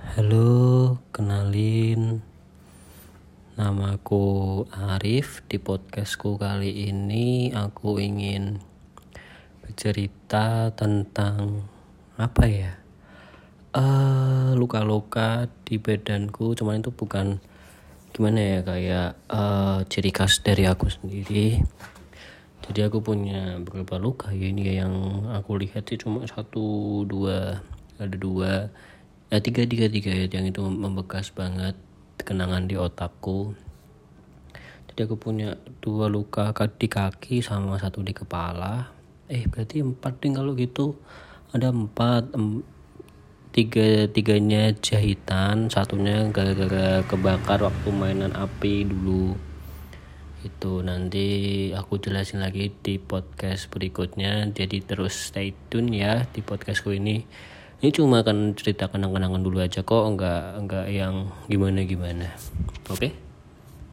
Halo, kenalin, namaku Arif. Di podcastku kali ini aku ingin bercerita tentang luka-luka di badanku. Cuman itu bukan kayak ciri khas dari aku sendiri. Jadi aku punya beberapa luka ya, ini yang aku lihat sih cuma tiga ya, yang itu membekas banget kenangan di otakku. Jadi aku punya 2 luka di kaki sama 1 di kepala. Berarti 4 ding kalau gitu. Ada 4, tiganya jahitan, satunya gara-gara kebakar waktu mainan api dulu. Itu nanti aku jelasin lagi di podcast berikutnya. Jadi terus stay tune ya di podcastku ini. Ini cuma akan cerita kenang-kenangan dulu aja kok, enggak yang gimana-gimana. Oke?